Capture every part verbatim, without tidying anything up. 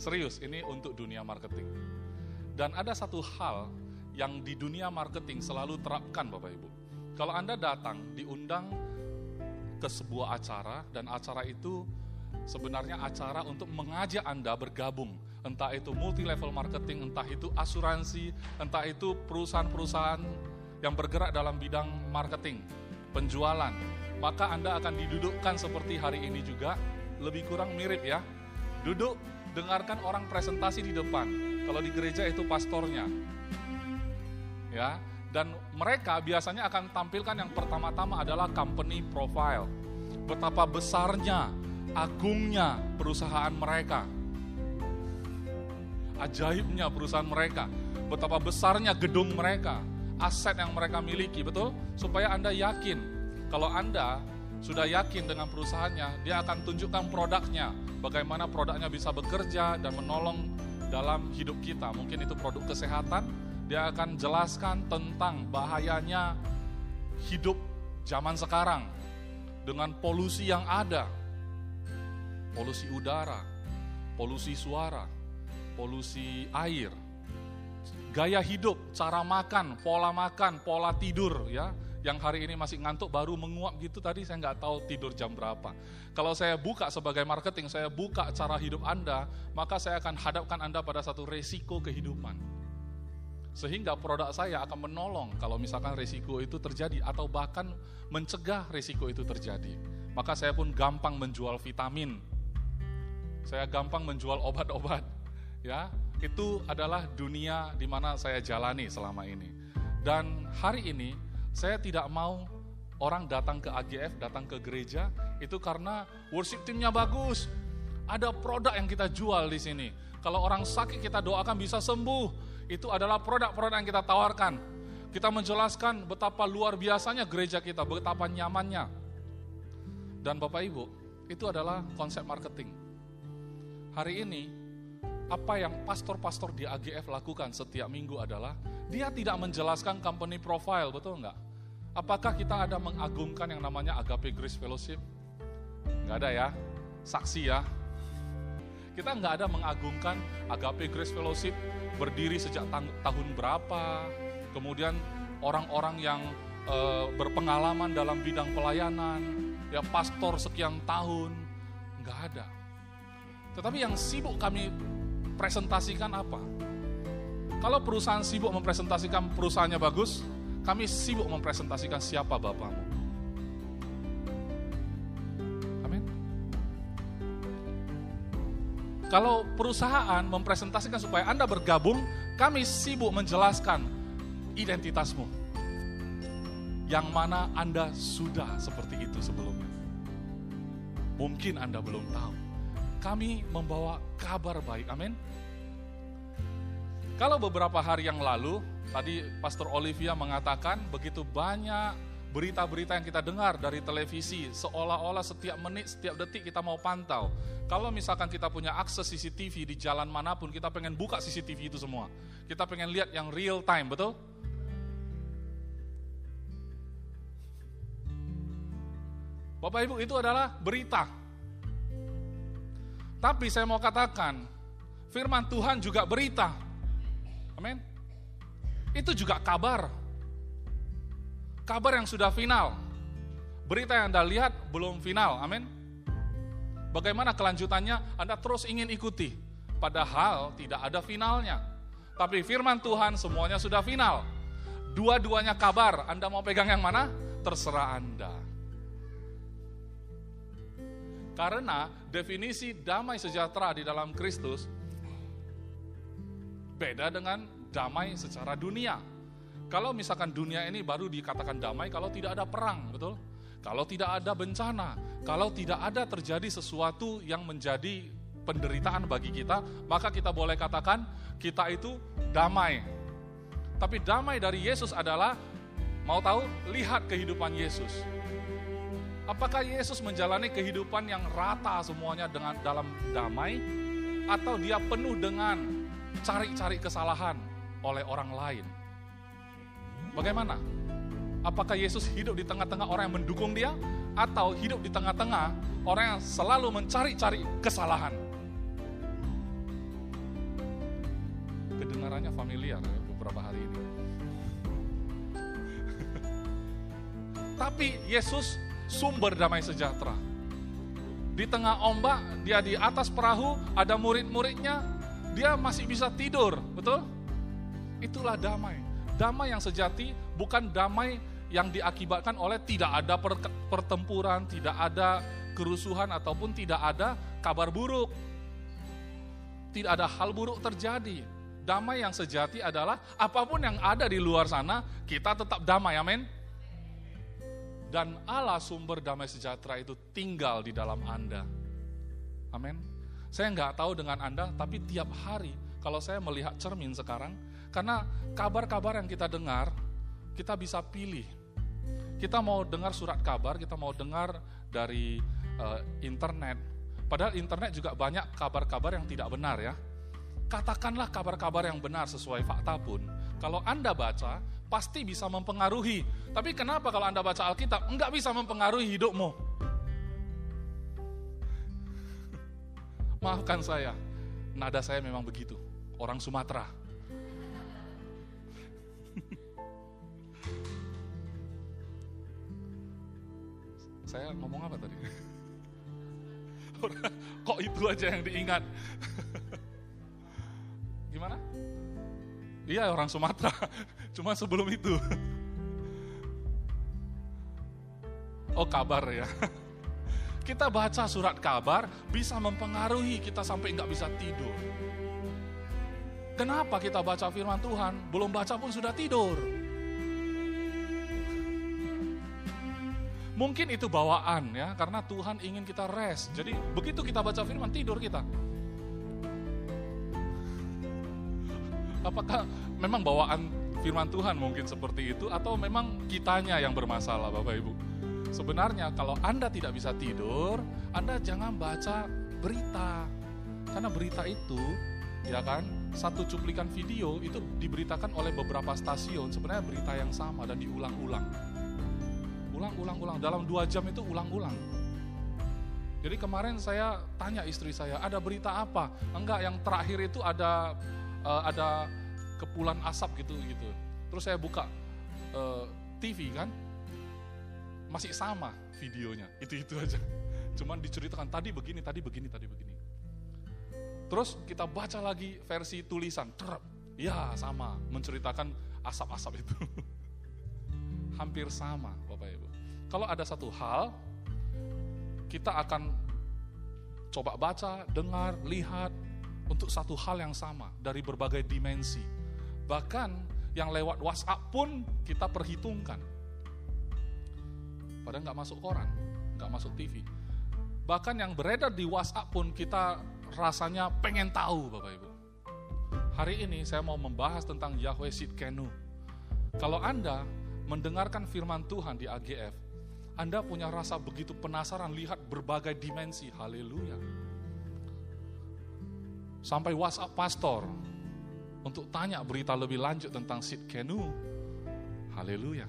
Serius, ini untuk dunia marketing. Dan ada satu hal yang di dunia marketing selalu terapkan Bapak Ibu. Kalau Anda datang, diundang ke sebuah acara, dan acara itu sebenarnya acara untuk mengajak Anda bergabung. Entah itu multi level marketing, entah itu asuransi, entah itu perusahaan-perusahaan yang bergerak dalam bidang marketing, penjualan. Maka Anda akan didudukkan seperti hari ini juga, lebih kurang mirip ya. Duduk, dengarkan orang presentasi di depan. Kalau di gereja itu pastornya. Ya, dan mereka biasanya akan tampilkan yang pertama-tama adalah company profile. Betapa besarnya, agungnya perusahaan mereka. Ajaibnya perusahaan mereka. Betapa besarnya gedung mereka, aset yang mereka miliki, betul? Supaya Anda yakin. Kalau Anda sudah yakin dengan perusahaannya, dia akan tunjukkan produknya. Bagaimana produknya bisa bekerja dan menolong dalam hidup kita. Mungkin itu produk kesehatan. Dia akan jelaskan tentang bahayanya hidup zaman sekarang dengan polusi yang ada. Polusi udara, polusi suara, polusi air, gaya hidup, cara makan, pola makan, pola tidur ya. Yang hari ini masih ngantuk baru menguap gitu tadi, saya nggak tahu tidur jam berapa. Kalau saya buka sebagai marketing, saya buka cara hidup Anda, maka saya akan hadapkan Anda pada satu resiko kehidupan. Sehingga produk saya akan menolong kalau misalkan resiko itu terjadi atau bahkan mencegah resiko itu terjadi. Maka saya pun gampang menjual vitamin. Saya gampang menjual obat-obat. Ya, itu adalah dunia di mana saya jalani selama ini. Dan hari ini saya tidak mau orang datang ke A G F, datang ke gereja itu karena worship team-nya bagus. Ada produk yang kita jual di sini. Kalau orang sakit kita doakan bisa sembuh. Itu adalah produk-produk yang kita tawarkan. Kita menjelaskan betapa luar biasanya gereja kita, betapa nyamannya. Dan Bapak Ibu, itu adalah konsep marketing. Hari ini, apa yang pastor-pastor di A G F lakukan setiap minggu adalah, dia tidak menjelaskan company profile, betul enggak? Apakah kita ada mengagungkan yang namanya Agape Grace Fellowship? Enggak ada ya, saksi ya. Kita enggak ada mengagungkan Agape Grace Fellowship berdiri sejak tahun berapa, kemudian orang-orang yang e, berpengalaman dalam bidang pelayanan, ya pastor sekian tahun, enggak ada. Tetapi yang sibuk kami presentasikan apa? Kalau perusahaan sibuk mempresentasikan perusahaannya bagus, kami sibuk mempresentasikan siapa Bapamu. Amin. Kalau perusahaan mempresentasikan supaya Anda bergabung, kami sibuk menjelaskan identitasmu. Yang mana Anda sudah seperti itu sebelumnya. Mungkin Anda belum tahu. Kami membawa kabar baik, amin. Kalau beberapa hari yang lalu, tadi Pastor Olivia mengatakan begitu banyak berita-berita yang kita dengar dari televisi, seolah-olah setiap menit, setiap detik kita mau pantau. Kalau misalkan kita punya akses C C T V di jalan manapun, kita pengen buka C C T V itu semua. Kita pengen lihat yang real time, betul? Bapak Ibu, itu adalah berita. Tapi saya mau katakan, firman Tuhan juga berita. Amin. Itu juga kabar. Kabar yang sudah final. Berita yang Anda lihat belum final, amin. Bagaimana kelanjutannya, Anda terus ingin ikuti. Padahal tidak ada finalnya. Tapi firman Tuhan semuanya sudah final. Dua-duanya kabar, Anda mau pegang yang mana? Terserah Anda. Karena definisi damai sejahtera di dalam Kristus beda dengan damai secara dunia. Kalau misalkan dunia ini baru dikatakan damai kalau tidak ada perang, betul? Kalau tidak ada bencana, kalau tidak ada terjadi sesuatu yang menjadi penderitaan bagi kita, maka kita boleh katakan kita itu damai. Tapi damai dari Yesus adalah, mau tahu, lihat kehidupan Yesus. Apakah Yesus menjalani kehidupan yang rata semuanya dengan dalam damai, atau dia penuh dengan cari-cari kesalahan oleh orang lain? Bagaimana? Apakah Yesus hidup di tengah-tengah orang yang mendukung dia, atau hidup di tengah-tengah orang yang selalu mencari-cari kesalahan? kedengarannya familiar ya, beberapa hari ini. Tapi Yesus sumber damai sejahtera. Di tengah ombak, dia di atas perahu, ada murid-muridnya, dia masih bisa tidur, betul? Itulah damai. Damai yang sejati bukan damai yang diakibatkan oleh tidak ada pertempuran, tidak ada kerusuhan, ataupun tidak ada kabar buruk. Tidak ada hal buruk terjadi. Damai yang sejati adalah apapun yang ada di luar sana, kita tetap damai, amin. Dan Allah sumber damai sejahtera itu tinggal di dalam Anda. Amin. Saya nggak tahu dengan Anda, tapi tiap hari kalau saya melihat cermin sekarang, karena kabar-kabar yang kita dengar, kita bisa pilih. Kita mau dengar surat kabar, kita mau dengar dari uh, internet. Padahal internet juga banyak kabar-kabar yang tidak benar ya. Katakanlah kabar-kabar yang benar sesuai fakta pun. Kalau Anda baca, pasti bisa mempengaruhi. Tapi kenapa kalau Anda baca Alkitab, enggak bisa mempengaruhi hidupmu? Maafkan saya, nada saya memang begitu. Orang Sumatera. Saya ngomong apa tadi? Kok itu aja yang diingat? Gimana? Iya, orang Sumatera. Cuma sebelum itu. Oh, kabar ya. Kita baca surat kabar bisa mempengaruhi kita sampai nggak bisa tidur. Kenapa kita baca firman Tuhan? Belum baca pun sudah tidur. Mungkin itu bawaan ya, karena Tuhan ingin kita rest. Jadi begitu kita baca firman, tidur kita. Apakah memang bawaan firman Tuhan mungkin seperti itu, atau memang kitanya yang bermasalah, Bapak Ibu? Sebenarnya kalau Anda tidak bisa tidur, Anda jangan baca berita. Karena berita itu, ya kan, satu cuplikan video itu diberitakan oleh beberapa stasiun, sebenarnya berita yang sama dan diulang-ulang. Ulang-ulang-ulang, dalam dua jam itu ulang-ulang. Jadi kemarin saya tanya istri saya, ada berita apa? Enggak, yang terakhir itu ada uh, ada kepulan asap gitu gitu. Terus saya buka uh, T V kan, masih sama videonya, itu-itu aja. Cuman diceritakan tadi begini, tadi begini, tadi begini. Terus kita baca lagi versi tulisan, terap, ya sama, menceritakan asap-asap itu. Hampir sama, Bapak Ibu. Kalau ada satu hal, kita akan coba baca, dengar, lihat untuk satu hal yang sama dari berbagai dimensi. Bahkan yang lewat WhatsApp pun kita perhitungkan. Padahal nggak masuk koran, nggak masuk T V. Bahkan yang beredar di WhatsApp pun kita rasanya pengen tahu, Bapak Ibu. Hari ini saya mau membahas tentang Yahweh Tsidkenu. Kalau Anda mendengarkan firman Tuhan di A G F, Anda punya rasa begitu penasaran lihat berbagai dimensi, haleluya. Sampai WhatsApp pastor untuk tanya berita lebih lanjut tentang Tsidkenu, haleluya.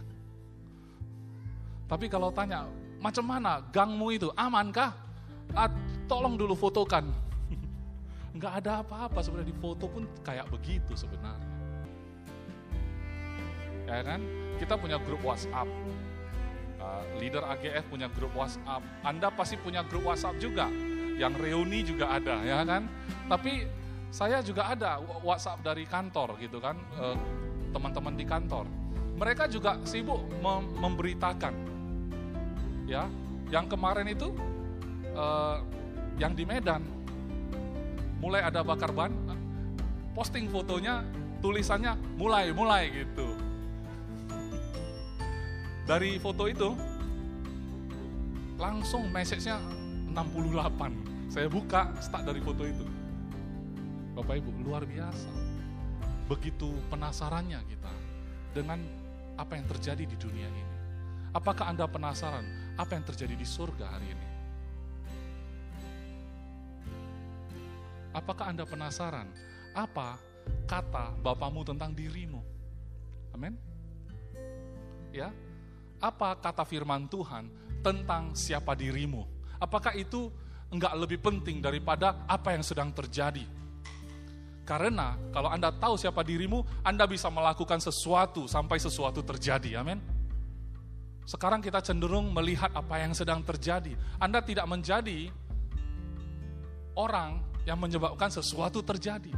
Tapi kalau tanya, macam mana gangmu itu, amankah? Ah, tolong dulu fotokan. Enggak ada apa-apa sebenarnya, di foto pun kayak begitu sebenarnya. Ya kan? Kita punya grup WhatsApp. Uh, leader A G F punya grup WhatsApp. Anda pasti punya grup WhatsApp juga. Yang reuni juga ada, ya kan? Tapi saya juga ada WhatsApp dari kantor gitu kan, uh, teman-teman di kantor. Mereka juga sibuk mem- memberitakan. Ya, yang kemarin itu uh, yang di Medan mulai ada bakar ban, posting fotonya, tulisannya mulai mulai gitu. Dari foto itu langsung message-nya enam puluh delapan. Saya buka start dari foto itu. Bapak Ibu, luar biasa. Begitu penasarannya kita dengan apa yang terjadi di dunia ini. Apakah Anda penasaran apa yang terjadi di surga hari ini? Apakah Anda penasaran apa kata Bapamu tentang dirimu? Amin. Ya. Apa kata firman Tuhan tentang siapa dirimu? Apakah itu enggak lebih penting daripada apa yang sedang terjadi? Karena kalau Anda tahu siapa dirimu, Anda bisa melakukan sesuatu sampai sesuatu terjadi. Amin. Sekarang kita cenderung melihat apa yang sedang terjadi. Anda tidak menjadi orang yang menyebabkan sesuatu terjadi.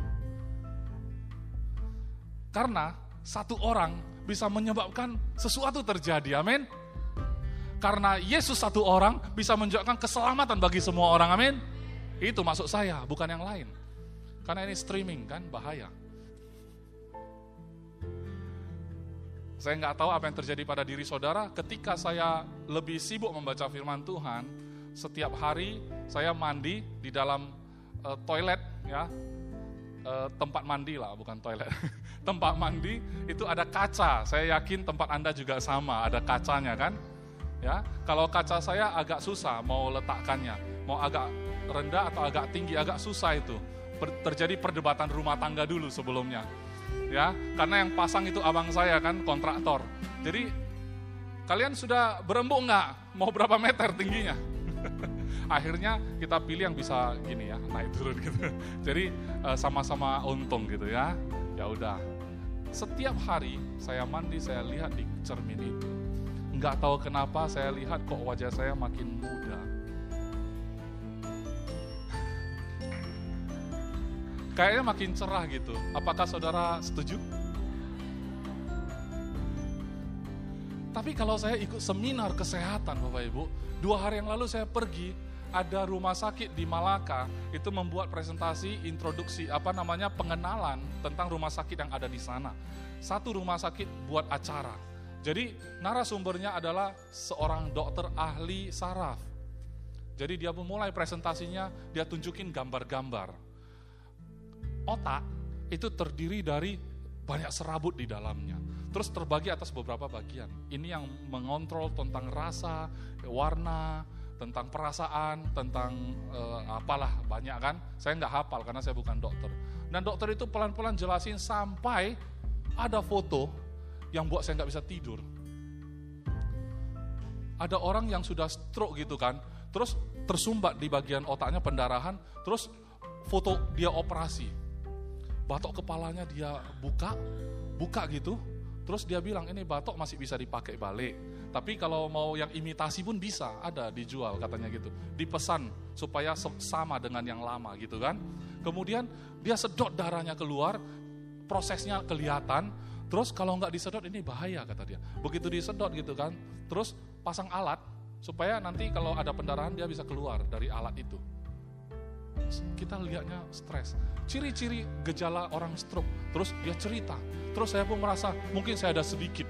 Karena satu orang bisa menyebabkan sesuatu terjadi. Amin. Karena Yesus satu orang bisa menyebabkan keselamatan bagi semua orang. Amin. Itu maksud saya, bukan yang lain. Karena ini streaming kan, bahaya. Saya nggak tahu apa yang terjadi pada diri saudara ketika saya lebih sibuk membaca firman Tuhan. Setiap hari saya mandi di dalam uh, toilet, ya, uh, tempat mandi lah, bukan toilet. Tempat mandi itu ada kaca. Saya yakin tempat Anda juga sama, ada kacanya kan? Ya, kalau kaca saya agak susah mau letakkannya, mau agak rendah atau agak tinggi, agak susah itu. Terjadi perdebatan rumah tangga dulu sebelumnya, ya, karena yang pasang itu abang saya kan, kontraktor. Jadi kalian sudah berembuk nggak? Mau berapa meter tingginya? Akhirnya kita pilih yang bisa gini ya, naik turun gitu. Jadi sama-sama untung gitu ya. Ya udah. Setiap hari saya mandi, saya lihat di cermin itu. Nggak tahu kenapa saya lihat kok wajah saya makin muda. Kayaknya makin cerah gitu. Apakah saudara setuju? Tapi kalau saya ikut seminar kesehatan Bapak Ibu, dua hari yang lalu saya pergi, ada rumah sakit di Malaka, itu membuat presentasi introduksi, apa namanya, pengenalan tentang rumah sakit yang ada di sana. Satu rumah sakit buat acara. Jadi narasumbernya adalah seorang dokter ahli saraf. Jadi dia memulai presentasinya, dia tunjukin gambar-gambar. Otak itu terdiri dari banyak serabut di dalamnya. Terus terbagi atas beberapa bagian. Ini yang mengontrol tentang rasa, warna, tentang perasaan, tentang eh, apalah banyak kan. Saya nggak hafal karena saya bukan dokter. Dan dokter itu pelan-pelan jelasin sampai ada foto yang buat saya nggak bisa tidur. Ada orang yang sudah stroke gitu kan, terus tersumbat di bagian otaknya pendarahan, terus foto dia operasi. Batok kepalanya dia buka, buka gitu, terus dia bilang ini batok masih bisa dipakai balik. Tapi kalau mau yang imitasi pun bisa, ada dijual katanya gitu. Dipesan supaya sama dengan yang lama gitu kan. Kemudian dia sedot darahnya keluar, prosesnya kelihatan, terus kalau nggak disedot ini bahaya kata dia. Begitu disedot gitu kan, terus pasang alat supaya nanti kalau ada pendarahan dia bisa keluar dari alat itu. Kita lihatnya stres. Ciri-ciri gejala orang stroke. Terus dia cerita. Terus saya pun merasa mungkin saya ada sedikit.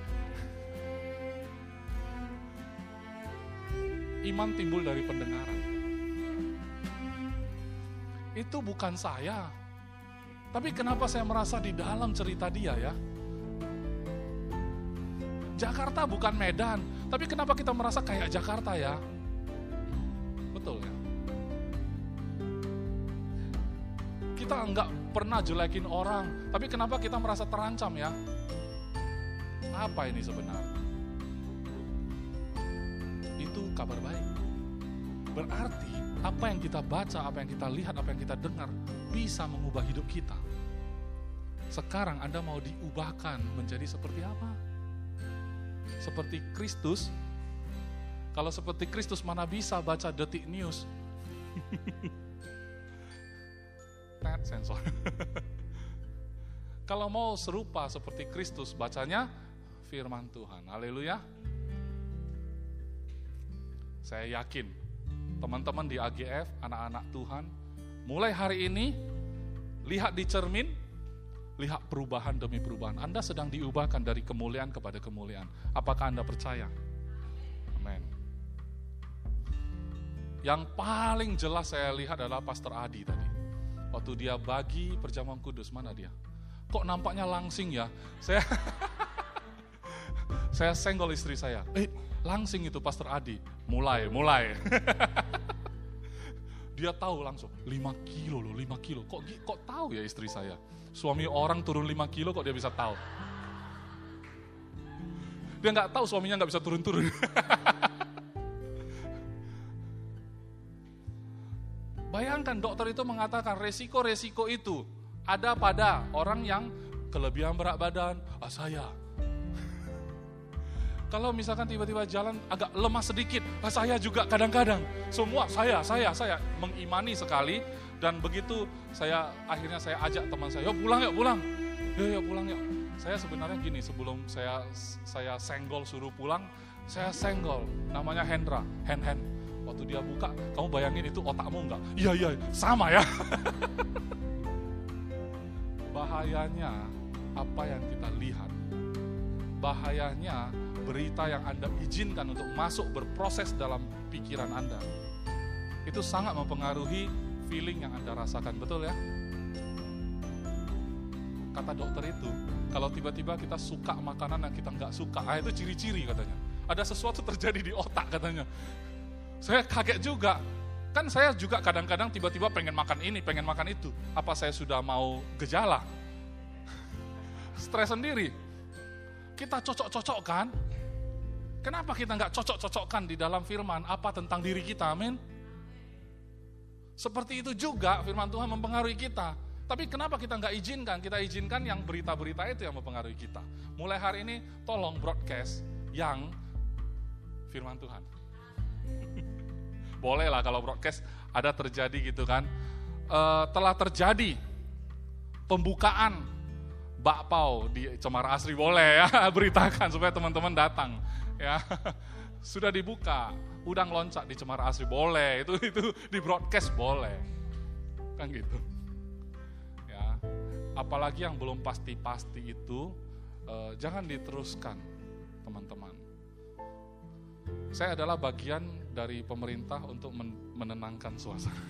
Iman timbul dari pendengaran. Itu bukan saya. Tapi kenapa saya merasa di dalam cerita dia ya? Jakarta bukan Medan. Tapi kenapa kita merasa kayak Jakarta ya? Betul ya? Kita enggak pernah jelekin orang, tapi kenapa kita merasa terancam ya? Apa ini sebenarnya? Itu kabar baik. Berarti apa yang kita baca, apa yang kita lihat, apa yang kita dengar bisa mengubah hidup kita. Sekarang Anda mau diubahkan menjadi seperti apa? Seperti Kristus. Kalau seperti Kristus mana bisa baca Detik News? Net sensor. Kalau mau serupa seperti Kristus, bacanya firman Tuhan. Haleluya. Saya yakin teman-teman di A G F, anak-anak Tuhan, mulai hari ini lihat di cermin, lihat perubahan demi perubahan. Anda sedang diubahkan dari kemuliaan kepada kemuliaan. Apakah Anda percaya? Amin. Yang paling jelas saya lihat adalah Pastor Adi tadi. Waktu dia bagi perjamuan kudus, mana dia? Kok nampaknya langsing ya? Saya saya senggol istri saya. Eh, langsing itu Pastor Adi. Mulai, mulai. Dia tahu langsung, lima kilo loh, lima kilo. Kok kok tahu ya istri saya? Suami orang turun lima kilo kok dia bisa tahu? Dia nggak tahu suaminya nggak bisa turun-turun. Bayangkan dokter itu mengatakan resiko-resiko itu Ada pada orang yang kelebihan berat badan, ah saya. Kalau misalkan tiba-tiba jalan agak lemah sedikit, ah saya juga kadang-kadang. Semua saya, saya, saya mengimani sekali. Dan begitu saya akhirnya saya ajak teman saya, yuk pulang yuk pulang. Yuk yuk pulang yuk. Saya sebenarnya gini, sebelum saya saya senggol suruh pulang, saya senggol. Namanya Hendra, hand hand. Waktu dia buka, kamu bayangin itu otakmu enggak? Iya iya, sama ya. Bahayanya apa yang kita lihat. Bahayanya berita yang Anda izinkan untuk masuk berproses dalam pikiran Anda. Itu sangat mempengaruhi feeling yang Anda rasakan, betul ya? Kata dokter itu, kalau tiba-tiba kita suka makanan yang kita nggak suka, ah itu ciri-ciri katanya. Ada sesuatu terjadi di otak katanya. Saya kaget juga. Kan saya juga kadang-kadang tiba-tiba pengen makan ini, pengen makan itu. Apa saya sudah mau gejala? Stres sendiri. Kita cocok-cocokkan. Kenapa kita nggak cocok-cocokkan di dalam firman apa tentang diri kita, amin? Seperti itu juga firman Tuhan mempengaruhi kita. Tapi kenapa kita nggak izinkan? Kita izinkan yang berita-berita itu yang mempengaruhi kita. Mulai hari ini tolong broadcast yang firman Tuhan. Boleh lah kalau broadcast ada terjadi gitu kan. E, telah terjadi pembukaan bakpao di Cemara Asri, boleh ya, beritakan supaya teman-teman datang ya. Sudah dibuka udang loncat di Cemara Asri, boleh, itu itu di broadcast boleh. Kan gitu. Ya. Apalagi yang belum pasti-pasti itu eh, jangan diteruskan, teman-teman. Saya adalah bagian dari pemerintah untuk menenangkan suasana.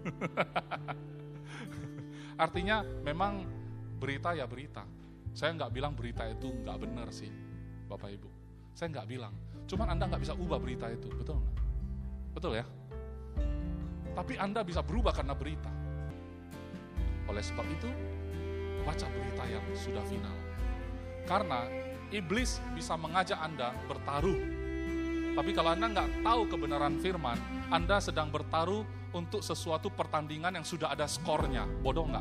Artinya memang berita ya berita. Saya nggak bilang berita itu nggak benar sih, Bapak Ibu. Saya nggak bilang. Cuman Anda nggak bisa ubah berita itu, betul nggak? Betul ya? Tapi Anda bisa berubah karena berita. Oleh sebab itu, baca berita yang sudah final. Karena iblis bisa mengajak Anda bertaruh. Tapi kalau Anda nggak tahu kebenaran firman, Anda sedang bertaruh untuk sesuatu pertandingan yang sudah ada skornya. Bodoh nggak?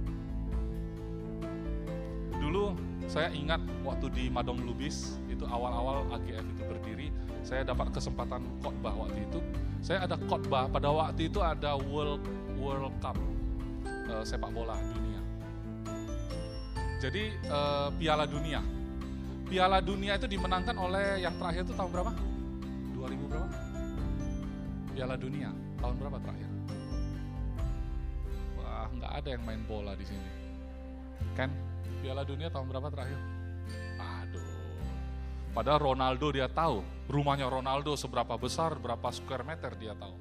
Dulu saya ingat waktu di Madong Lubis, itu awal-awal A G F itu berdiri, saya dapat kesempatan khotbah waktu itu. Saya ada khotbah, pada waktu itu ada World World Cup uh, sepak bola dunia. Jadi uh, Piala Dunia. Piala Dunia itu dimenangkan oleh yang terakhir itu tahun berapa? dua ribu berapa? Piala Dunia, tahun berapa terakhir? Wah, nggak ada yang main bola di sini. Kan? Piala Dunia tahun berapa terakhir? Aduh. Padahal Ronaldo dia tahu, rumahnya Ronaldo seberapa besar, berapa square meter dia tahu.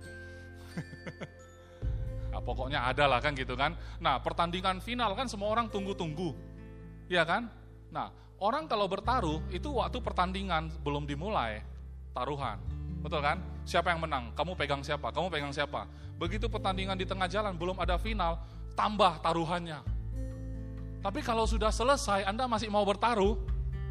Nah, pokoknya ada lah kan gitu kan. Nah, pertandingan final kan semua orang tunggu-tunggu. Iya kan? Nah, orang kalau bertaruh itu waktu pertandingan belum dimulai, taruhan. Betul kan? Siapa yang menang? Kamu pegang siapa? Kamu pegang siapa? Begitu pertandingan di tengah jalan belum ada final, tambah taruhannya. Tapi kalau sudah selesai, Anda masih mau bertaruh,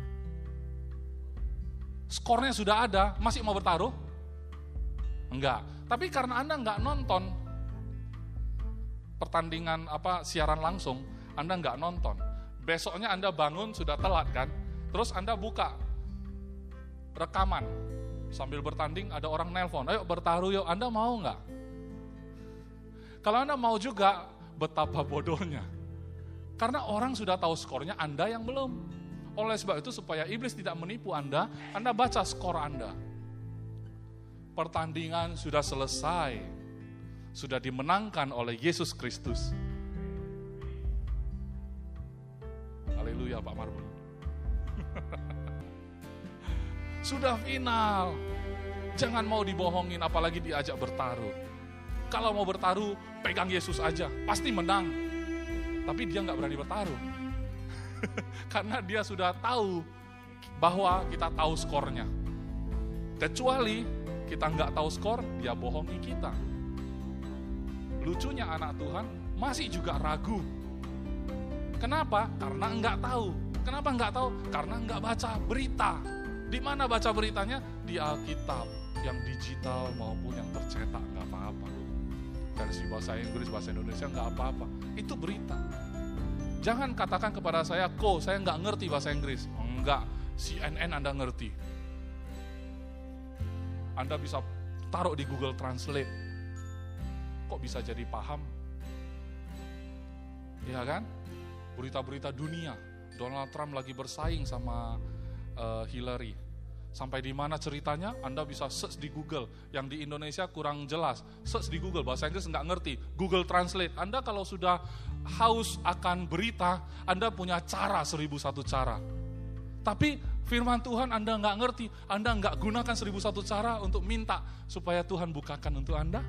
skornya sudah ada, masih mau bertaruh? Enggak. Tapi karena Anda enggak nonton pertandingan apa siaran langsung, Anda enggak nonton. Besoknya Anda bangun sudah telat kan? Terus Anda buka rekaman sambil bertanding, ada orang nelpon, ayo bertaruh yuk, Anda mau enggak? Kalau Anda mau juga, betapa bodohnya. Karena orang sudah tahu skornya, Anda yang belum. Oleh sebab itu supaya iblis tidak menipu Anda, Anda baca skor Anda. Pertandingan sudah selesai, sudah dimenangkan oleh Yesus Kristus. Haleluya Pak Marbun. Sudah final. Jangan mau dibohongin, apalagi diajak bertaruh. Kalau mau bertaruh, pegang Yesus aja, pasti menang. Tapi dia nggak berani bertaruh. Karena dia sudah tahu bahwa kita tahu skornya. Kecuali kita nggak tahu skor, dia bohongi kita. Lucunya anak Tuhan masih juga ragu. Kenapa? Karena nggak tahu. Kenapa nggak tahu? Karena nggak baca berita. Di mana baca beritanya? Di Alkitab, yang digital maupun yang tercetak, nggak apa-apa. Versi bahasa Inggris, bahasa Indonesia nggak apa-apa. Itu berita. Jangan katakan kepada saya, "Ko, saya nggak ngerti bahasa Inggris." Enggak, C N N Anda ngerti. Anda bisa taruh di Google Translate. Kok bisa jadi paham? Ya kan? Berita-berita dunia, Donald Trump lagi bersaing sama uh, Hillary. Sampai di mana ceritanya? Anda bisa search di Google. Yang di Indonesia kurang jelas. Search di Google, bahasa Inggris nggak ngerti. Google Translate. Anda kalau sudah haus akan berita, Anda punya cara seribu satu cara. Tapi firman Tuhan Anda nggak ngerti, Anda nggak gunakan seribu satu cara untuk minta supaya Tuhan bukakan untuk Anda.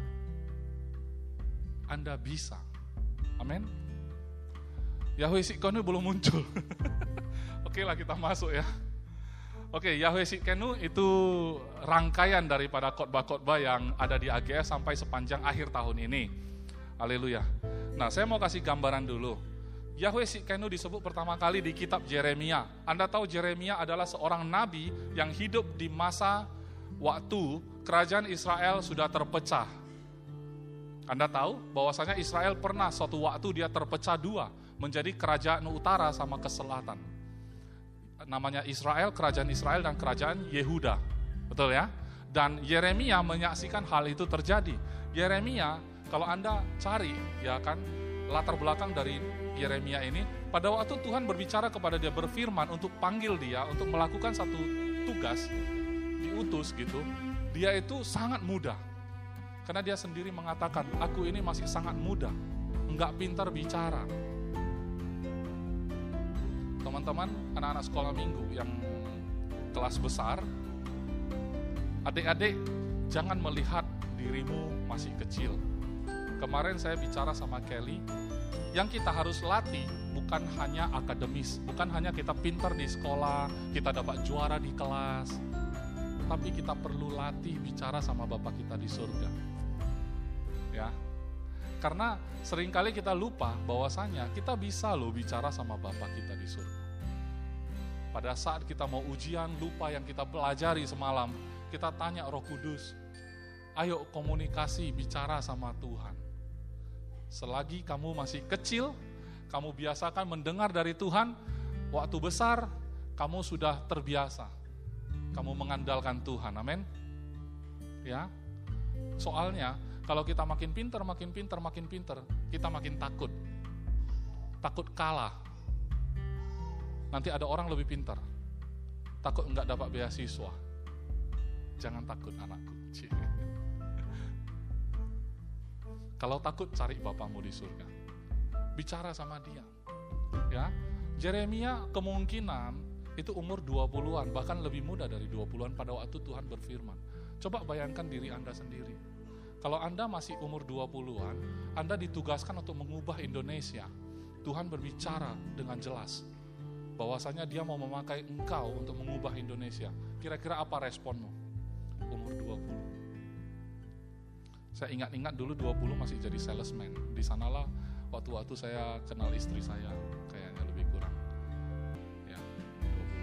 Anda bisa. Amin. Yahweh Tsidkenu belum muncul. Oke lah, kita masuk ya. Oke, Yahweh Tsidkenu itu rangkaian daripada khotbah-khotbah yang ada di A G S sampai sepanjang akhir tahun ini. Haleluya. Nah, saya mau kasih gambaran dulu. Yahweh Tsidkenu disebut pertama kali di kitab Yeremia. Anda tahu Yeremia adalah seorang nabi yang hidup di masa waktu kerajaan Israel sudah terpecah. Anda tahu bahwasanya Israel pernah suatu waktu dia terpecah dua, menjadi kerajaan utara sama ke selatan. Namanya Israel, kerajaan Israel dan kerajaan Yehuda. Betul ya? Dan Yeremia menyaksikan hal itu terjadi. Yeremia, kalau Anda cari ya kan latar belakang dari Yeremia ini, pada waktu Tuhan berbicara kepada dia, berfirman untuk panggil dia untuk melakukan satu tugas, diutus gitu, dia itu sangat muda. Karena dia sendiri mengatakan, aku ini masih sangat muda, enggak pintar bicara. Teman-teman, anak-anak sekolah minggu yang kelas besar, adik-adik jangan melihat dirimu masih kecil. Kemarin saya bicara sama Kelly, yang kita harus latih bukan hanya akademis, bukan hanya kita pintar di sekolah, kita dapat juara di kelas, tapi kita perlu latih bicara sama Bapa kita di surga. Ya, karena seringkali kita lupa bahwasanya kita bisa loh bicara sama Bapa kita di surga. Pada saat kita mau ujian, lupa yang kita pelajari semalam, kita tanya Roh Kudus, ayo komunikasi, bicara sama Tuhan. Selagi kamu masih kecil, kamu biasakan mendengar dari Tuhan, waktu besar, kamu sudah terbiasa. Kamu mengandalkan Tuhan, amin. Ya, soalnya, kalau kita makin pintar, makin pintar, makin pintar, kita makin takut. Takut kalah. Nanti ada orang lebih pintar. Takut enggak dapat beasiswa. Jangan takut anakku. Kalau takut, cari Bapamu di surga. Bicara sama dia. Ya, Yeremia kemungkinan itu umur dua puluhan, bahkan lebih muda dari dua puluhan pada waktu Tuhan berfirman. Coba bayangkan diri Anda sendiri. Kalau Anda masih umur dua puluhan, Anda ditugaskan untuk mengubah Indonesia. Tuhan berbicara dengan jelas bahwasanya dia mau memakai engkau untuk mengubah Indonesia. Kira-kira apa responmu? Umur dua puluh. Saya ingat-ingat dulu dua puluh masih jadi salesman. Di sanalah waktu-waktu saya kenal istri saya, kayaknya lebih kurang. Ya, dua puluh.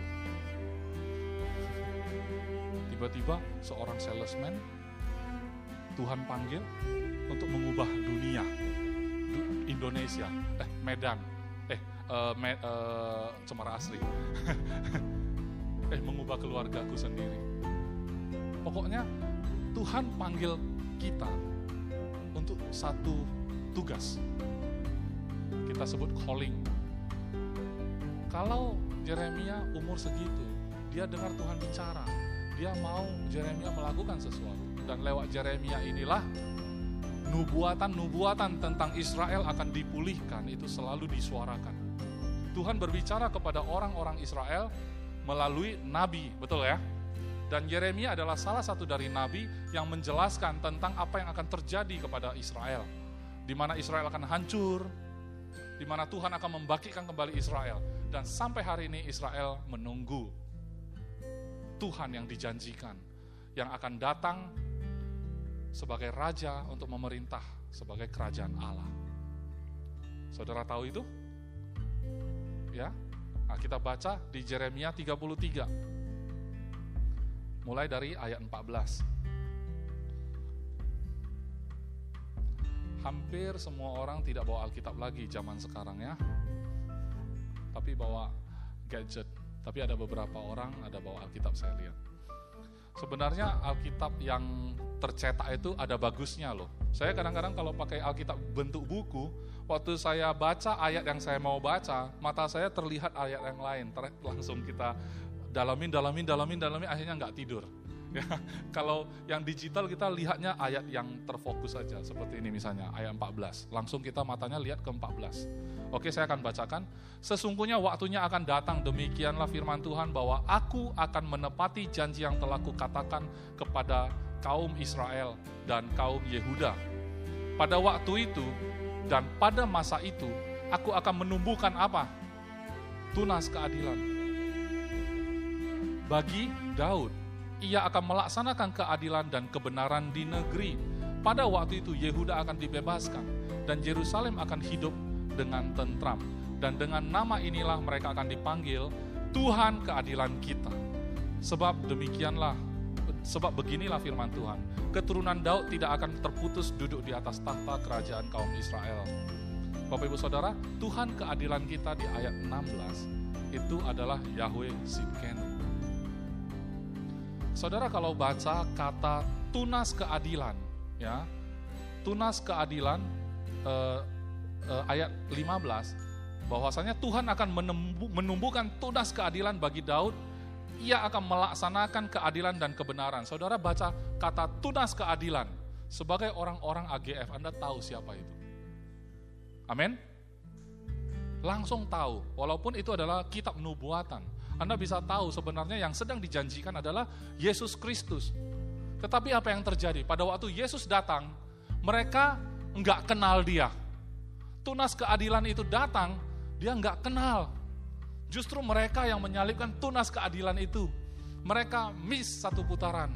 Tiba-tiba seorang salesman Tuhan panggil untuk mengubah dunia, Indonesia, eh Medan, eh uh, me, uh, Cemara Asri, eh mengubah keluargaku sendiri. Pokoknya Tuhan panggil kita untuk satu tugas, kita sebut calling. Kalau Yeremia umur segitu, dia dengar Tuhan bicara, dia mau Yeremia melakukan sesuatu. Dan lewat Yeremia inilah nubuatan-nubuatan tentang Israel akan dipulihkan, itu selalu disuarakan. Tuhan berbicara kepada orang-orang Israel melalui nabi, betul ya? Dan Yeremia adalah salah satu dari nabi yang menjelaskan tentang apa yang akan terjadi kepada Israel. Di mana Israel akan hancur, di mana Tuhan akan membangkitkan kembali Israel. Dan sampai hari ini Israel menunggu Tuhan yang dijanjikan, yang akan datang sebagai raja untuk memerintah sebagai kerajaan Allah. Saudara tahu itu? Ya. Nah, kita baca di Yeremia tiga puluh tiga. Mulai dari ayat empat belas. Hampir semua orang tidak bawa Alkitab lagi zaman sekarang ya. tapi bawa gadget. Tapi ada beberapa orang ada bawa Alkitab saya lihat. Sebenarnya Alkitab yang tercetak itu ada bagusnya loh. Saya kadang-kadang kalau pakai Alkitab bentuk buku, waktu saya baca ayat yang saya mau baca, mata saya terlihat ayat yang lain. Ter- langsung kita dalamin, dalamin, dalamin, dalamin, akhirnya nggak tidur. Ya, kalau yang digital kita lihatnya ayat yang terfokus saja, seperti ini misalnya ayat empat belas, langsung kita matanya lihat ke empat belas. Oke, saya akan bacakan. Sesungguhnya waktunya akan datang, demikianlah firman Tuhan, bahwa aku akan menepati janji yang telah kukatakan kepada kaum Israel dan kaum Yehuda. Pada waktu itu dan pada masa itu aku akan menumbuhkan apa? Tunas keadilan bagi Daud. Ia akan melaksanakan keadilan dan kebenaran di negeri. Pada waktu itu Yehuda akan dibebaskan dan Yerusalem akan hidup dengan tentram. Dan dengan nama inilah mereka akan dipanggil Tuhan keadilan kita. Sebab demikianlah, sebab beginilah firman Tuhan. Keturunan Daud tidak akan terputus duduk di atas tahta kerajaan kaum Israel. Bapak Ibu Saudara, Tuhan keadilan kita di ayat enam belas itu adalah Yahweh Tsidkenu. Saudara kalau baca kata tunas keadilan, ya, tunas keadilan eh, eh, ayat lima belas, bahwasanya Tuhan akan menumbuh, menumbuhkan tunas keadilan bagi Daud, ia akan melaksanakan keadilan dan kebenaran. Saudara baca kata tunas keadilan, sebagai orang-orang A G F, Anda tahu siapa itu? Amin? Langsung tahu, walaupun itu adalah kitab nubuatan. Anda bisa tahu sebenarnya yang sedang dijanjikan adalah Yesus Kristus. Tetapi apa yang terjadi? Pada waktu Yesus datang, mereka enggak kenal dia. Tunas keadilan itu datang, dia enggak kenal. Justru mereka yang menyalibkan tunas keadilan itu. Mereka miss satu putaran.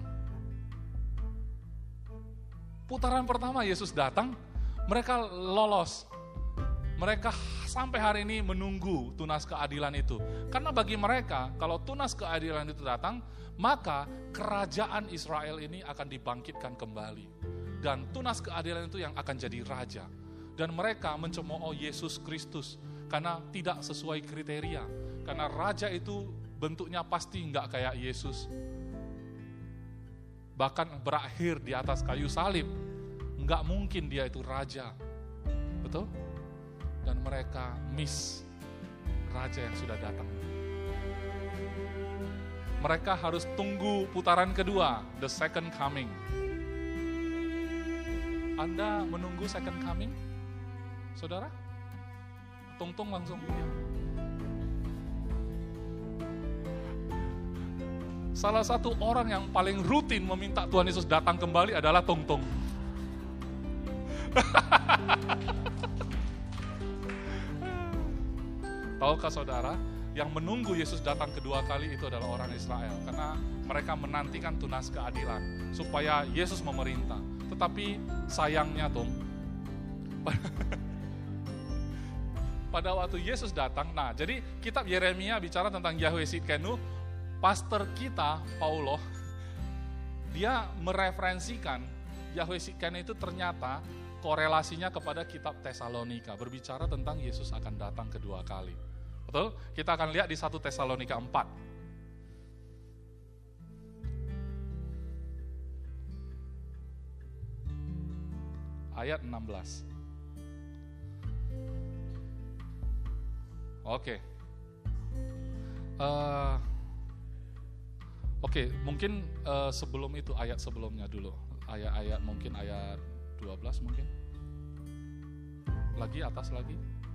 Putaran pertama Yesus datang, mereka lolos. Mereka sampai hari ini menunggu tunas keadilan itu. Karena bagi mereka, kalau tunas keadilan itu datang, maka kerajaan Israel ini akan dibangkitkan kembali. Dan tunas keadilan itu yang akan jadi raja. Dan mereka mencemooh Yesus Kristus karena tidak sesuai kriteria. Karena raja itu bentuknya pasti nggak kayak Yesus. Bahkan berakhir di atas kayu salib. Nggak mungkin dia itu raja. Betul? Dan mereka miss raja yang sudah datang. Mereka harus tunggu putaran kedua, the second coming. Anda menunggu second coming? Saudara? Tung-tung langsung. Salah satu orang yang paling rutin meminta Tuhan Yesus datang kembali adalah Tung-tung. Tahukah saudara, yang menunggu Yesus datang kedua kali itu adalah orang Israel. Karena mereka menantikan tunas keadilan, supaya Yesus memerintah. Tetapi sayangnya Tung, pada waktu Yesus datang, nah jadi kitab Yeremia bicara tentang Yahweh Tsidkenu, pastor kita, Paulo, dia mereferensikan Yahweh Tsidkenu itu ternyata korelasinya kepada kitab Tesalonika, berbicara tentang Yesus akan datang kedua kali. Betul? Kita akan lihat di satu Tesalonika empat. Ayat enam belas. Oke. Uh, Oke, mungkin uh, sebelum itu, ayat sebelumnya dulu. Ayat-ayat mungkin ayat dua belas mungkin. Lagi, atas lagi.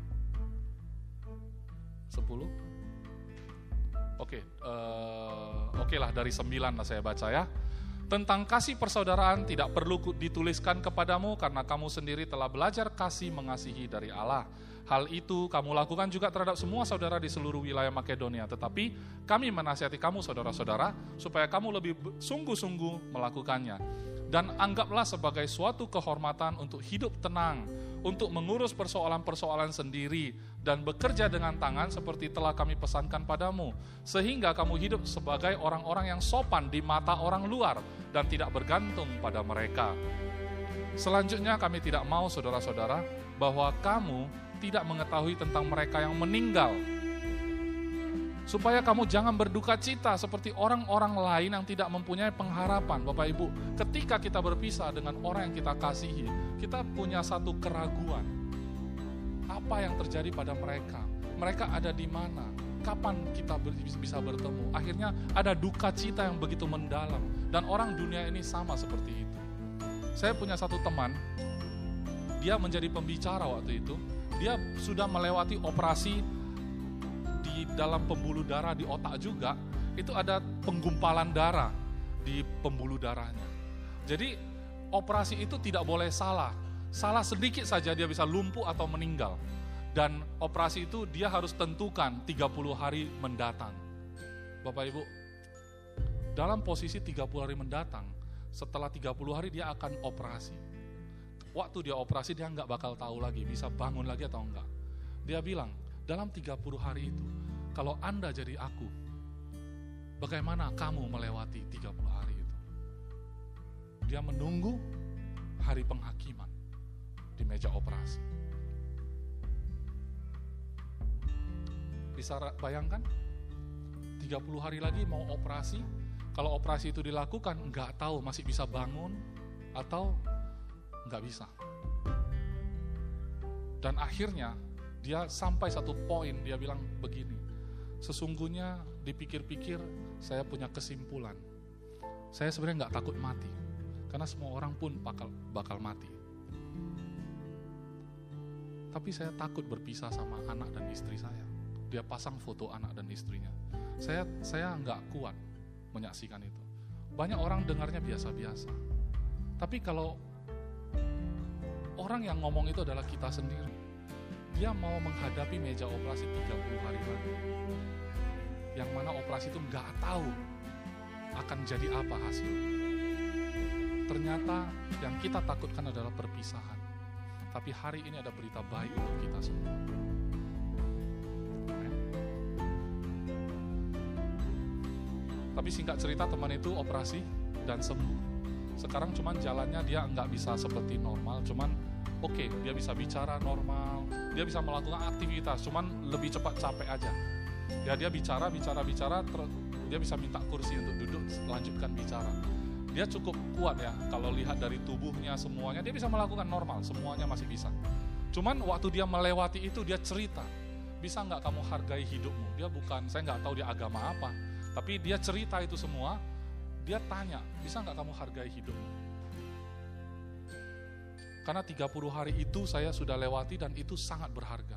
sepuluh. Oke, uh, oke lah dari sembilan lah saya baca ya. Tentang kasih persaudaraan tidak perlu dituliskan kepadamu karena kamu sendiri telah belajar kasih mengasihi dari Allah. Hal itu kamu lakukan juga terhadap semua saudara di seluruh wilayah Makedonia. Tetapi kami menasihati kamu saudara-saudara supaya kamu lebih sungguh-sungguh melakukannya. Dan anggaplah sebagai suatu kehormatan untuk hidup tenang, untuk mengurus persoalan-persoalan sendiri, dan bekerja dengan tangan seperti telah kami pesankan padamu, sehingga kamu hidup sebagai orang-orang yang sopan di mata orang luar, dan tidak bergantung pada mereka. Selanjutnya kami tidak mau saudara-saudara, bahwa kamu tidak mengetahui tentang mereka yang meninggal. Supaya kamu jangan berduka cita seperti orang-orang lain yang tidak mempunyai pengharapan. Bapak Ibu, ketika kita berpisah dengan orang yang kita kasihi, kita punya satu keraguan. Apa yang terjadi pada mereka? Mereka ada di mana? Kapan kita bisa bertemu? Akhirnya ada duka cita yang begitu mendalam. Dan orang dunia ini sama seperti itu. Saya punya satu teman, dia menjadi pembicara waktu itu. Dia sudah melewati operasi di dalam pembuluh darah di otak juga. Itu ada penggumpalan darah di pembuluh darahnya. Jadi operasi itu tidak boleh salah. Salah sedikit saja dia bisa lumpuh atau meninggal. Dan operasi itu dia harus tentukan tiga puluh hari mendatang. Bapak Ibu, dalam posisi tiga puluh hari mendatang, setelah tiga puluh hari dia akan operasi. Waktu dia operasi dia nggak bakal tahu lagi bisa bangun lagi atau enggak. Dia bilang, dalam tiga puluh hari itu, kalau Anda jadi aku, bagaimana kamu melewati tiga puluh hari itu? Dia menunggu hari penghakiman di meja operasi. Bisa bayangkan, tiga puluh hari lagi mau operasi, kalau operasi itu dilakukan, nggak tahu masih bisa bangun atau nggak bisa. Dan akhirnya, dia sampai satu poin, dia bilang begini, sesungguhnya dipikir-pikir saya punya kesimpulan, saya sebenarnya nggak takut mati, karena semua orang pun bakal, bakal mati. Tapi saya takut berpisah sama anak dan istri saya. Dia pasang foto anak dan istrinya. Saya saya nggak kuat menyaksikan itu. Banyak orang dengarnya biasa-biasa. Tapi kalau orang yang ngomong itu adalah kita sendiri, dia mau menghadapi meja operasi tiga puluh hari lagi. Yang mana operasi itu nggak tahu akan jadi apa hasil. Ternyata yang kita takutkan adalah perpisahan. Tapi hari ini ada berita baik untuk kita semua. Tapi singkat cerita, teman itu operasi dan sembuh. Sekarang cuman jalannya dia nggak bisa seperti normal, cuman oke, okay, dia bisa bicara normal, dia bisa melakukan aktivitas, cuman lebih cepat capek aja. Ya dia bicara, bicara, bicara, ter- dia bisa minta kursi untuk duduk, lanjutkan bicara. Dia cukup kuat ya, kalau lihat dari tubuhnya semuanya, dia bisa melakukan normal, semuanya masih bisa. Cuman waktu dia melewati itu, dia cerita, bisa nggak kamu hargai hidupmu? Dia bukan, saya nggak tahu dia agama apa, tapi dia cerita itu semua, dia tanya, bisa nggak kamu hargai hidupmu? Karena tiga puluh hari itu saya sudah lewati dan itu sangat berharga.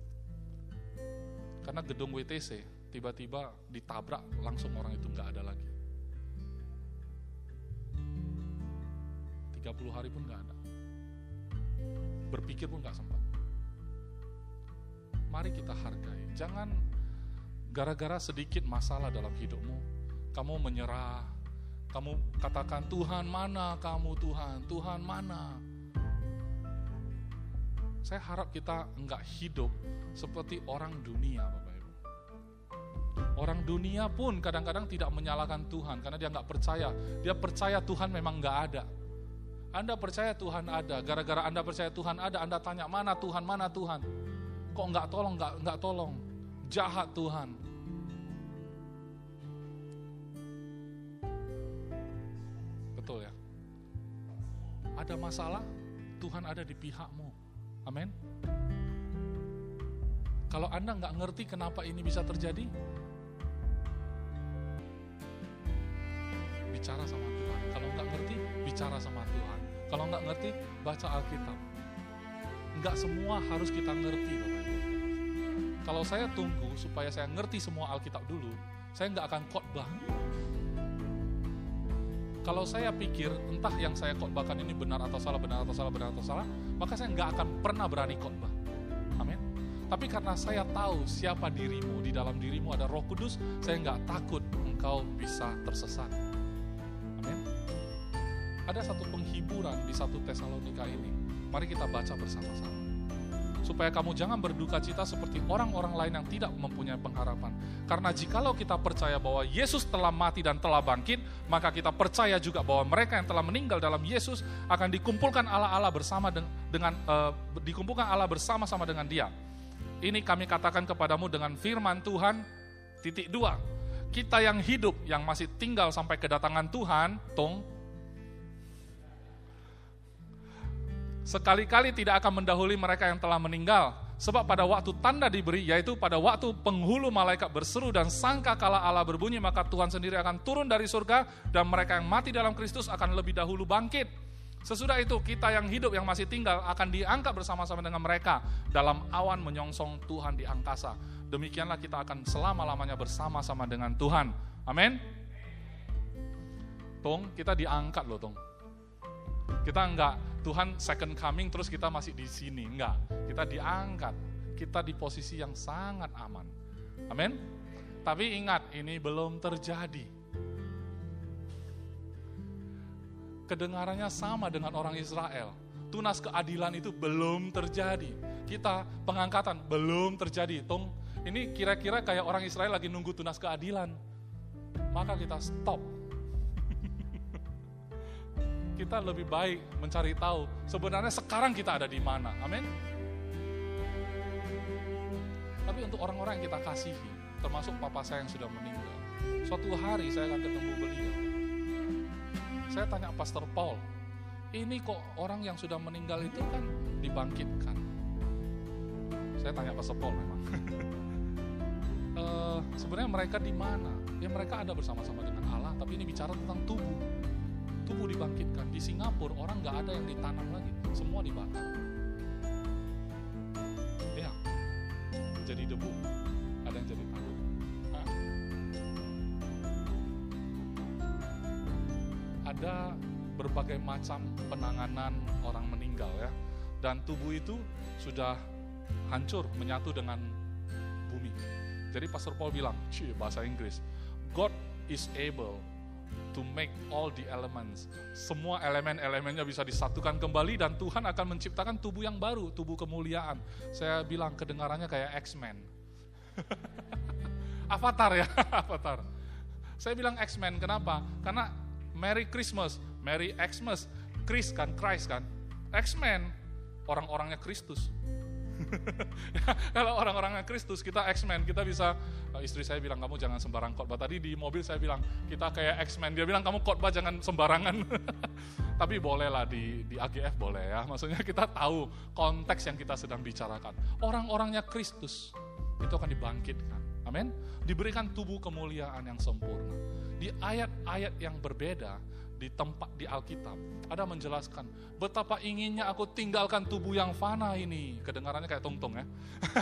Karena gedung W T C, tiba-tiba ditabrak, langsung orang itu nggak ada lagi. tiga puluh hari pun nggak ada. Berpikir pun nggak sempat. Mari kita hargai, jangan gara-gara sedikit masalah dalam hidupmu, kamu menyerah, kamu katakan, Tuhan mana kamu Tuhan, Tuhan mana. Saya harap kita enggak hidup seperti orang dunia, Bapak Ibu. Orang dunia pun kadang-kadang tidak menyalahkan Tuhan, karena dia enggak percaya, dia percaya Tuhan memang enggak ada. Anda percaya Tuhan ada, gara-gara Anda percaya Tuhan ada, Anda tanya, mana Tuhan, mana Tuhan. Kok enggak tolong, enggak, enggak tolong. Jahat Tuhan. Betul ya? Ada masalah, Tuhan ada di pihakmu. Amin. Kalau Anda nggak ngerti kenapa ini bisa terjadi, bicara sama Tuhan. Kalau nggak ngerti, bicara sama Tuhan. Kalau nggak ngerti, baca Alkitab. Nggak semua harus kita ngerti, Bapak Ibu. Kalau saya tunggu supaya saya ngerti semua Alkitab dulu, saya nggak akan khotbah. Kalau saya pikir entah yang saya khotbahkan ini benar atau salah, benar atau salah, benar atau salah, maka saya nggak akan pernah berani khotbah. Amin. Tapi karena saya tahu siapa dirimu, di dalam dirimu ada Roh Kudus, saya nggak takut engkau bisa tersesat. Amin. Ada satu penghiburan di satu Tesalonika ini. Mari kita baca bersama-sama. Supaya kamu jangan berduka cita seperti orang-orang lain yang tidak mempunyai pengharapan. Karena jikalau kita percaya bahwa Yesus telah mati dan telah bangkit, maka kita percaya juga bahwa mereka yang telah meninggal dalam Yesus akan dikumpulkan Allah-Allah bersama dengan uh, dikumpulkan Allah bersama-sama dengan Dia. Ini kami katakan kepadamu dengan firman Tuhan, Titik dua, kita yang hidup, yang masih tinggal sampai kedatangan Tuhan, tong, sekali-kali tidak akan mendahului mereka yang telah meninggal. Sebab pada waktu tanda diberi, yaitu pada waktu penghulu malaikat berseru dan sangkakala Allah berbunyi, maka Tuhan sendiri akan turun dari surga dan mereka yang mati dalam Kristus akan lebih dahulu bangkit. Sesudah itu kita yang hidup yang masih tinggal akan diangkat bersama-sama dengan mereka dalam awan menyongsong Tuhan di angkasa. Demikianlah kita akan selama-lamanya bersama-sama dengan Tuhan. Amin. Tong, kita diangkat loh, Tong. Kita enggak Tuhan second coming terus kita masih di sini, enggak. Kita diangkat. Kita di posisi yang sangat aman. Amin. Tapi ingat, ini belum terjadi. Kedengarannya sama dengan orang Israel. Tunas keadilan itu belum terjadi. Kita pengangkatan belum terjadi. Tong, ini kira-kira kayak orang Israel lagi nunggu tunas keadilan. Maka kita stop. Kita lebih baik mencari tahu sebenarnya sekarang kita ada di mana. Amin. Tapi untuk orang-orang yang kita kasihi, termasuk papa saya yang sudah meninggal, suatu hari saya akan ketemu beliau. Saya tanya Pastor Paul, ini kok orang yang sudah meninggal itu kan dibangkitkan. Saya tanya Pastor Paul memang. e, sebenarnya mereka di mana? Ya mereka ada bersama-sama dengan Allah, tapi ini bicara tentang tubuh. Tubuh dibangkitkan. Di Singapura orang nggak ada yang ditanam lagi, semua dibakar. Ya, jadi debu, ada yang jadi tanah. Nah. Ada berbagai macam penanganan orang meninggal ya, dan tubuh itu sudah hancur menyatu dengan bumi. Jadi Pastor Paul bilang, cie bahasa Inggris, God is able to make all the elements. Semua elemen-elemennya bisa disatukan kembali dan Tuhan akan menciptakan tubuh yang baru, tubuh kemuliaan. Saya bilang kedengarannya kayak X-Men. Avatar ya, Avatar. Saya bilang X-Men, kenapa? Karena Merry Christmas, Merry Xmas, Chris kan, Christ kan. X-Men, orang-orangnya Kristus. Kalau orang-orangnya Kristus, kita X-Men, kita bisa, istri saya bilang kamu jangan sembarang khotbah. Tadi di mobil saya bilang kita kayak X-Men, dia bilang kamu khotbah jangan sembarangan. Tapi boleh lah di, di A G F boleh ya, maksudnya kita tahu konteks yang kita sedang bicarakan. Orang-orangnya Kristus itu akan dibangkitkan, amin. Diberikan tubuh kemuliaan yang sempurna. Di ayat-ayat yang berbeda di tempat di Alkitab ada menjelaskan betapa inginnya aku tinggalkan tubuh yang fana ini. Kedengarannya kayak tong-tong ya.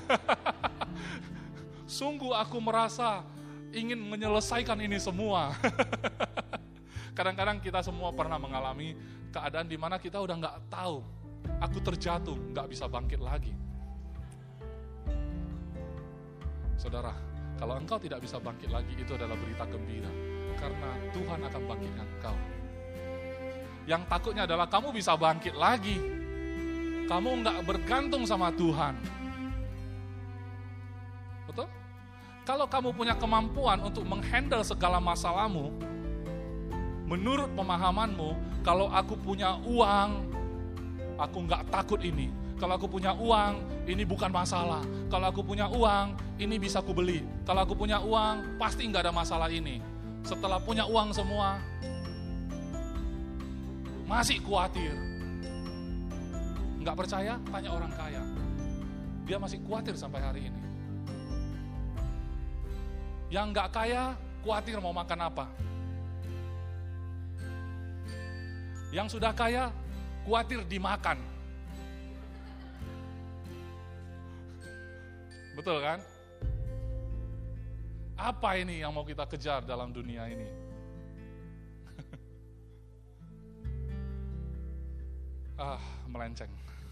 Sungguh aku merasa ingin menyelesaikan ini semua. Kadang-kadang kita semua pernah mengalami keadaan di mana kita udah nggak tahu, aku terjatuh, nggak bisa bangkit lagi. Saudara, kalau engkau tidak bisa bangkit lagi, itu adalah berita gembira, karena Tuhan akan bangkitkan engkau. Yang takutnya adalah kamu bisa bangkit lagi, kamu nggak bergantung sama Tuhan. Betul? Kalau kamu punya kemampuan untuk menghandle segala masalahmu, menurut pemahamanmu, kalau aku punya uang, aku nggak takut ini. Kalau aku punya uang, ini bukan masalah. Kalau aku punya uang, ini bisa aku beli. Kalau aku punya uang, pasti nggak ada masalah ini. Setelah punya uang semua, masih khawatir. Nggak percaya? Tanya orang kaya. Dia masih khawatir sampai hari ini. Yang nggak kaya, khawatir mau makan apa. Yang sudah kaya, khawatir dimakan. Betul kan? Apa ini yang mau kita kejar dalam dunia ini? Ah, melenceng.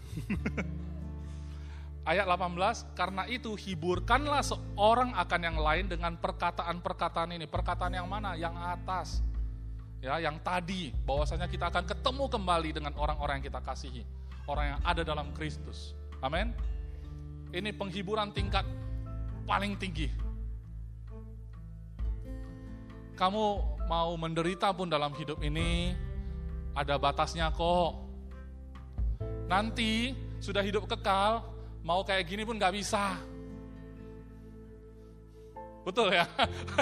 Ayat delapan belas, karena itu hiburkanlah seorang akan yang lain dengan perkataan-perkataan ini. Perkataan yang mana? Yang atas. Ya, yang tadi, bahwasanya kita akan ketemu kembali dengan orang-orang yang kita kasihi. Orang yang ada dalam Kristus. Amin. Ini penghiburan tingkat paling tinggi. Kamu mau menderita pun dalam hidup ini, ada batasnya kok. Nanti sudah hidup kekal, mau kayak gini pun gak bisa. Betul ya?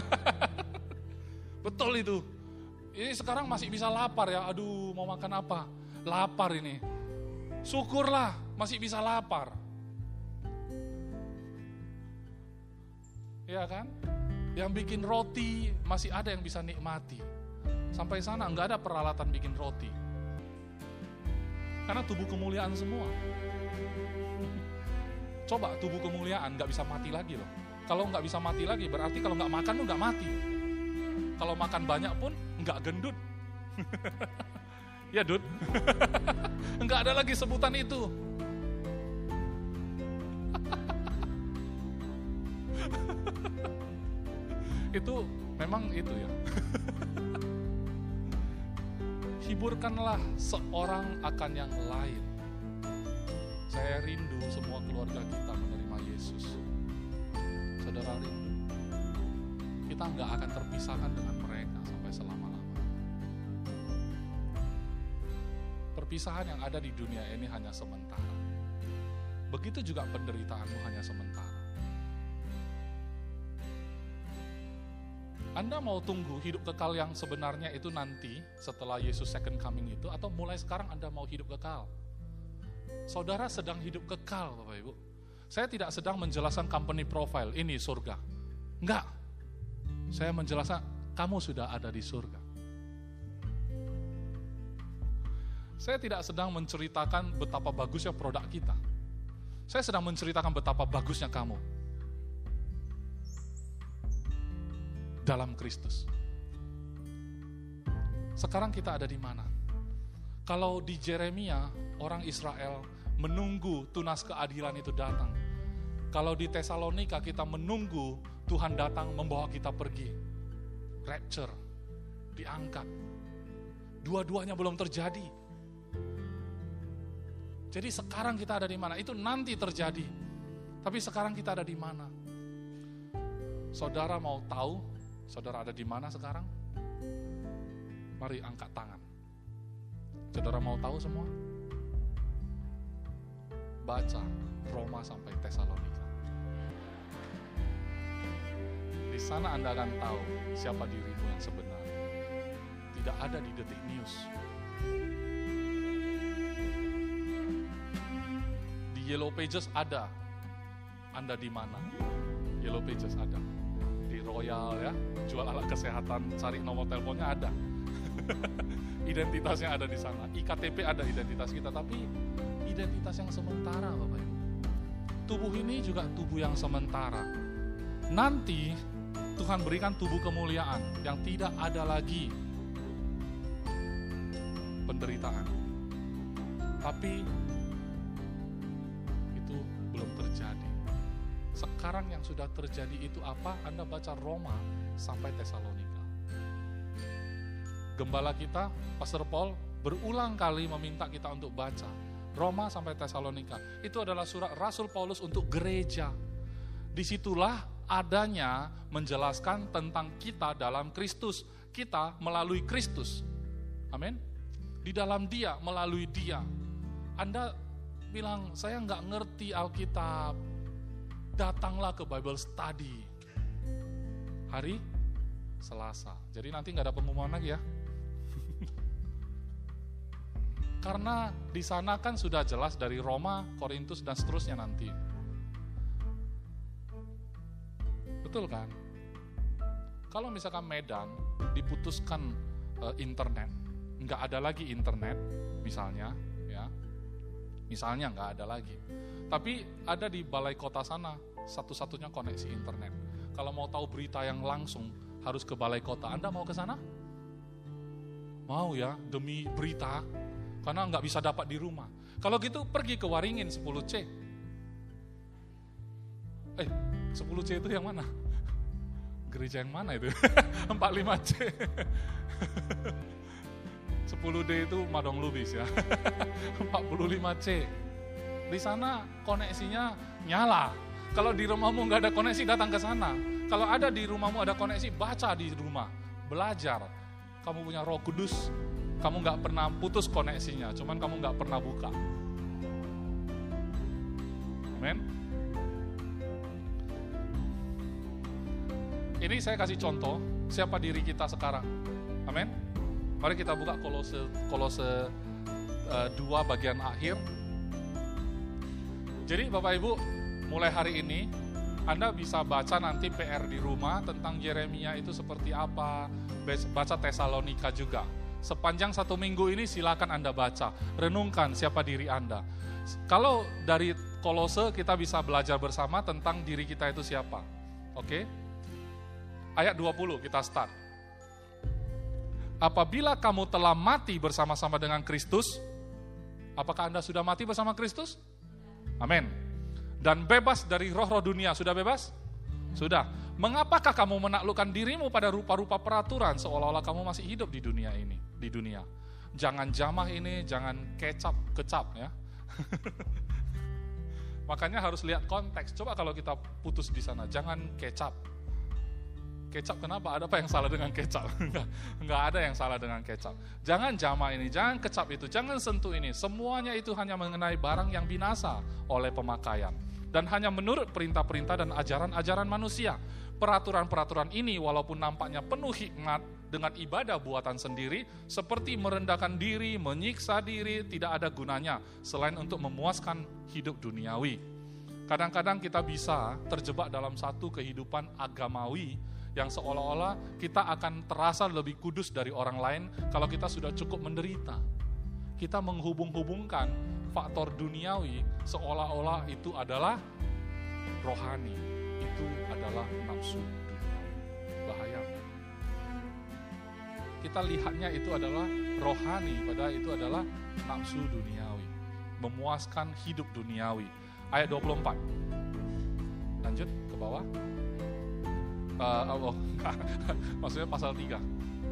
Betul itu. Ini sekarang masih bisa lapar ya, aduh mau makan apa? Lapar ini. Syukurlah masih bisa lapar. Ya kan? Yang bikin roti masih ada yang bisa nikmati. Sampai sana enggak ada peralatan bikin roti. Karena tubuh kemuliaan semua. Coba tubuh kemuliaan enggak bisa mati lagi loh. Kalau enggak bisa mati lagi berarti kalau enggak makan tuh enggak mati. Kalau makan banyak pun enggak gendut. Ya Dud. Enggak ada lagi sebutan itu. Itu memang itu ya. Hiburkanlah seorang akan yang lain. Saya rindu semua keluarga kita menerima Yesus. Saudara rindu. Kita nggak akan terpisahkan dengan mereka sampai selama-lamanya. Perpisahan yang ada di dunia ini hanya sementara. Begitu juga penderitaanmu hanya sementara. Anda mau tunggu hidup kekal yang sebenarnya itu nanti setelah Yesus second coming itu, atau mulai sekarang Anda mau hidup kekal? Saudara sedang hidup kekal, Bapak Ibu. Saya tidak sedang menjelaskan company profile, ini surga. Enggak. Saya menjelaskan kamu sudah ada di surga. Saya tidak sedang menceritakan betapa bagusnya produk kita. Saya sedang menceritakan betapa bagusnya kamu dalam Kristus. Sekarang kita ada di mana? Kalau di Yeremia, orang Israel menunggu tunas keadilan itu datang. Kalau di Tesalonika kita menunggu Tuhan datang membawa kita pergi. Rapture, diangkat. Dua-duanya belum terjadi. Jadi sekarang kita ada di mana? Itu nanti terjadi. Tapi sekarang kita ada di mana? Saudara mau tahu saudara ada di mana sekarang? Mari angkat tangan. Saudara mau tahu semua? Baca Roma sampai Tesalonika. Di sana Anda akan tahu siapa dirimu yang sebenarnya. Tidak ada di Detik News. Di Yellow Pages ada. Anda di mana? Yellow Pages ada. Di Royal ya, jual alat kesehatan, cari nomor teleponnya ada. Identitasnya ada di sana. I K T P ada identitas kita, tapi identitas yang sementara, Bapak Ibu. Tubuh ini juga tubuh yang sementara. Nanti Tuhan berikan tubuh kemuliaan yang tidak ada lagi penderitaan. Tapi itu belum terjadi. Sekarang yang sudah terjadi itu apa? Anda baca Roma sampai Tesalonika. Gembala kita, Pastor Paul, berulang kali meminta kita untuk baca Roma sampai Tesalonika. Itu adalah surat Rasul Paulus untuk gereja. Disitulah adanya menjelaskan tentang kita dalam Kristus. Kita melalui Kristus. Amin. Di dalam Dia, melalui Dia. Anda bilang, saya nggak ngerti Alkitab. Datanglah ke Bible Study. Hari Selasa. Jadi nanti nggak ada pengumuman lagi ya. Karena di sana kan sudah jelas dari Roma, Korintus, dan seterusnya nanti. Betul kan? Kalau misalkan Medan diputuskan e, internet, nggak ada lagi internet, misalnya, ya, misalnya nggak ada lagi. Tapi ada di balai kota sana, satu-satunya koneksi internet. Kalau mau tahu berita yang langsung, harus ke balai kota. Anda mau ke sana? Mau ya, demi berita. Karena nggak bisa dapat di rumah. Kalau gitu pergi ke Waringin sepuluh C. Eh, sepuluh C itu yang mana? Gereja yang mana itu? empat puluh lima C. sepuluh D itu Madong Lubis ya. empat puluh lima C. Di sana koneksinya nyala. Kalau di rumahmu nggak ada koneksi, datang ke sana. Kalau ada di rumahmu ada koneksi, baca di rumah. Belajar. Kamu punya Roh Kudus. Kamu gak pernah putus koneksinya, cuman kamu gak pernah buka. Amin. Ini saya kasih contoh siapa diri kita sekarang. Amin. Mari kita buka Kolose Kolose uh, dua bagian akhir. Jadi Bapak Ibu, mulai hari ini Anda bisa baca nanti P R di rumah tentang Yeremia itu seperti apa, baca Tesalonika juga. Sepanjang satu minggu ini silakan Anda baca, renungkan siapa diri Anda. Kalau dari Kolose kita bisa belajar bersama tentang diri kita itu siapa. Oke? Ayat dua puluh kita start. Apabila kamu telah mati bersama-sama dengan Kristus, apakah Anda sudah mati bersama Kristus? Amin. Dan bebas dari roh-roh dunia, sudah bebas? Sudah. Mengapakah kamu menaklukkan dirimu pada rupa-rupa peraturan seolah-olah kamu masih hidup di dunia ini, di dunia. Jangan jamah ini, jangan kecap-kecap ya. Makanya harus lihat konteks. Coba kalau kita putus di sana, jangan kecap. Kecap kenapa? Ada apa yang salah dengan kecap? Enggak, enggak ada yang salah dengan kecap. Jangan jamah ini, jangan kecap itu, jangan sentuh ini. Semuanya itu hanya mengenai barang yang binasa oleh pemakaian. Dan hanya menurut perintah-perintah dan ajaran-ajaran manusia. Peraturan-peraturan ini walaupun nampaknya penuh hikmat dengan ibadah buatan sendiri, seperti merendahkan diri, menyiksa diri, tidak ada gunanya selain untuk memuaskan hidup duniawi. Kadang-kadang kita bisa terjebak dalam satu kehidupan agamawi yang seolah-olah kita akan terasa lebih kudus dari orang lain kalau kita sudah cukup menderita. Kita menghubung-hubungkan faktor duniawi seolah-olah itu adalah rohani, itu adalah nafsu duniawi. Bahaya. Kita lihatnya itu adalah rohani, padahal itu adalah nafsu duniawi, memuaskan hidup duniawi. Ayat dua puluh empat. Lanjut ke bawah. Uh, oh, maksudnya pasal tiga.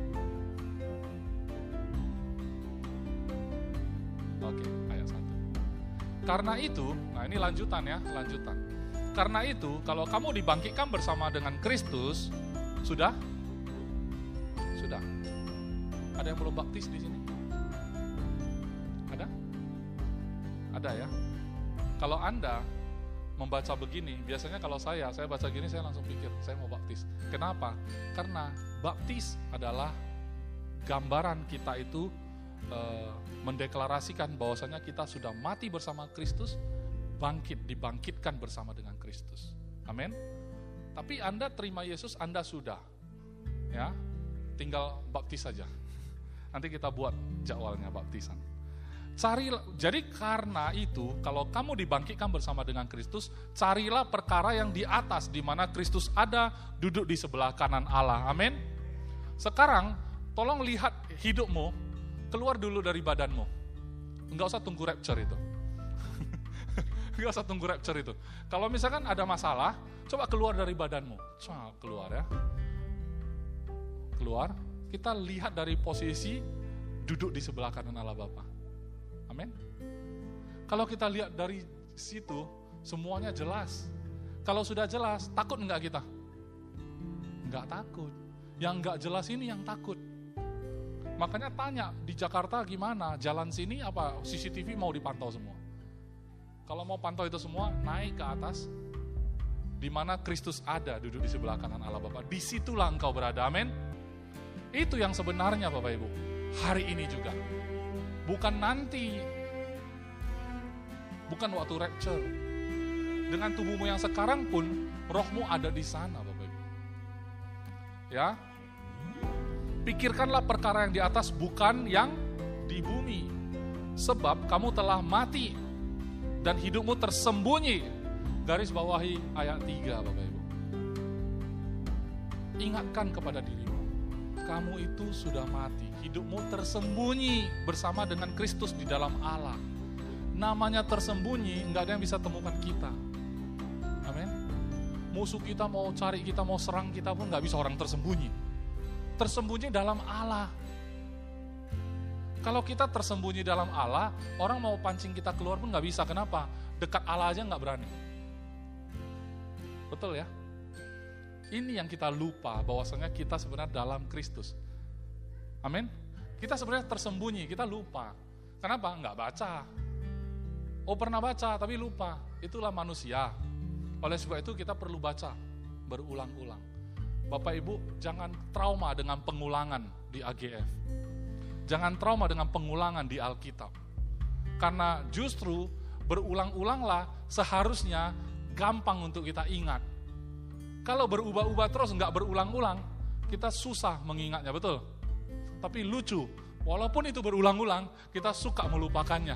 Oke, ayat satu. Karena itu, nah ini lanjutan ya, lanjutan. Karena itu, kalau kamu dibangkitkan bersama dengan Kristus, sudah? Sudah. Ada yang belum baptis di sini? Ada? Ada ya? Kalau Anda membaca begini, biasanya kalau saya, saya baca gini saya langsung pikir, saya mau baptis. Kenapa? Karena baptis adalah gambaran kita itu e, mendeklarasikan bahwasanya kita sudah mati bersama Kristus, bangkit, dibangkitkan bersama dengan Kristus. Amin. Tapi Anda terima Yesus, Anda sudah. Ya, tinggal baptis saja. Nanti kita buat jadwalnya baptisan. Cari, jadi karena itu, kalau kamu dibangkitkan bersama dengan Kristus, carilah perkara yang di atas, di mana Kristus ada, duduk di sebelah kanan Allah. Amin. Sekarang, tolong lihat hidupmu, keluar dulu dari badanmu. Enggak usah tunggu rapture itu. Enggak usah tunggu rapture itu. Kalau misalkan ada masalah, coba keluar dari badanmu. Coba keluar ya. Keluar, kita lihat dari posisi duduk di sebelah kanan Allah Bapa. Amin. Kalau kita lihat dari situ, semuanya jelas. Kalau sudah jelas, takut enggak kita? Enggak takut. Yang enggak jelas ini yang takut. Makanya tanya, di Jakarta gimana? Jalan sini apa C C T V mau dipantau semua? Kalau mau pantau itu semua, naik ke atas. Di mana Kristus ada, duduk di sebelah kanan Allah Bapa. Disitulah engkau berada, amin. Itu yang sebenarnya Bapak Ibu. Hari ini juga. Bukan nanti, bukan waktu rapture. Dengan tubuhmu yang sekarang pun, rohmu ada di sana, Bapak Ibu. Ya, pikirkanlah perkara yang di atas, bukan yang di bumi. Sebab kamu telah mati dan hidupmu tersembunyi. Garis bawahi ayat tiga, Bapak Ibu. Ingatkan kepada dirimu, kamu itu sudah mati, hidupmu tersembunyi bersama dengan Kristus di dalam Allah. Namanya tersembunyi, nggak ada yang bisa temukan kita. Amin. Musuh kita mau cari kita, mau serang kita pun nggak bisa orang tersembunyi. Tersembunyi dalam Allah. Kalau kita tersembunyi dalam Allah, orang mau pancing kita keluar pun nggak bisa. Kenapa? Dekat Allah aja nggak berani. Betul ya? Ini yang kita lupa, bahwasanya kita sebenarnya dalam Kristus. Amin. Kita sebenarnya tersembunyi, kita lupa. Kenapa? Enggak baca. Oh pernah baca, tapi lupa. Itulah manusia. Oleh sebab itu kita perlu baca berulang-ulang. Bapak Ibu, jangan trauma dengan pengulangan di A G F. Jangan trauma dengan pengulangan di Alkitab. Karena justru berulang-ulanglah seharusnya gampang untuk kita ingat. Kalau berubah-ubah terus, nggak berulang-ulang, kita susah mengingatnya, betul? Tapi lucu, walaupun itu berulang-ulang, kita suka melupakannya.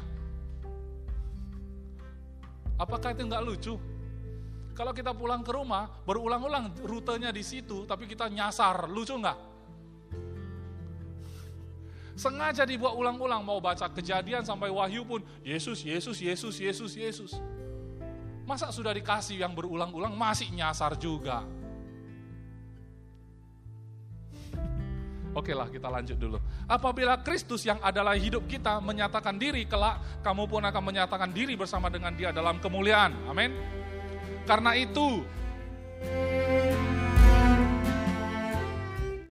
Apakah itu nggak lucu? Kalau kita pulang ke rumah, berulang-ulang rutenya di situ, tapi kita nyasar, lucu nggak? Sengaja dibuat ulang-ulang, mau baca Kejadian sampai Wahyu pun, Yesus, Yesus, Yesus, Yesus, Yesus. Masa sudah dikasih yang berulang-ulang, masih nyasar juga? Oke lah, kita lanjut dulu. Apabila Kristus yang adalah hidup kita menyatakan diri, kelak kamu pun akan menyatakan diri bersama dengan Dia dalam kemuliaan. Amin. Karena itu,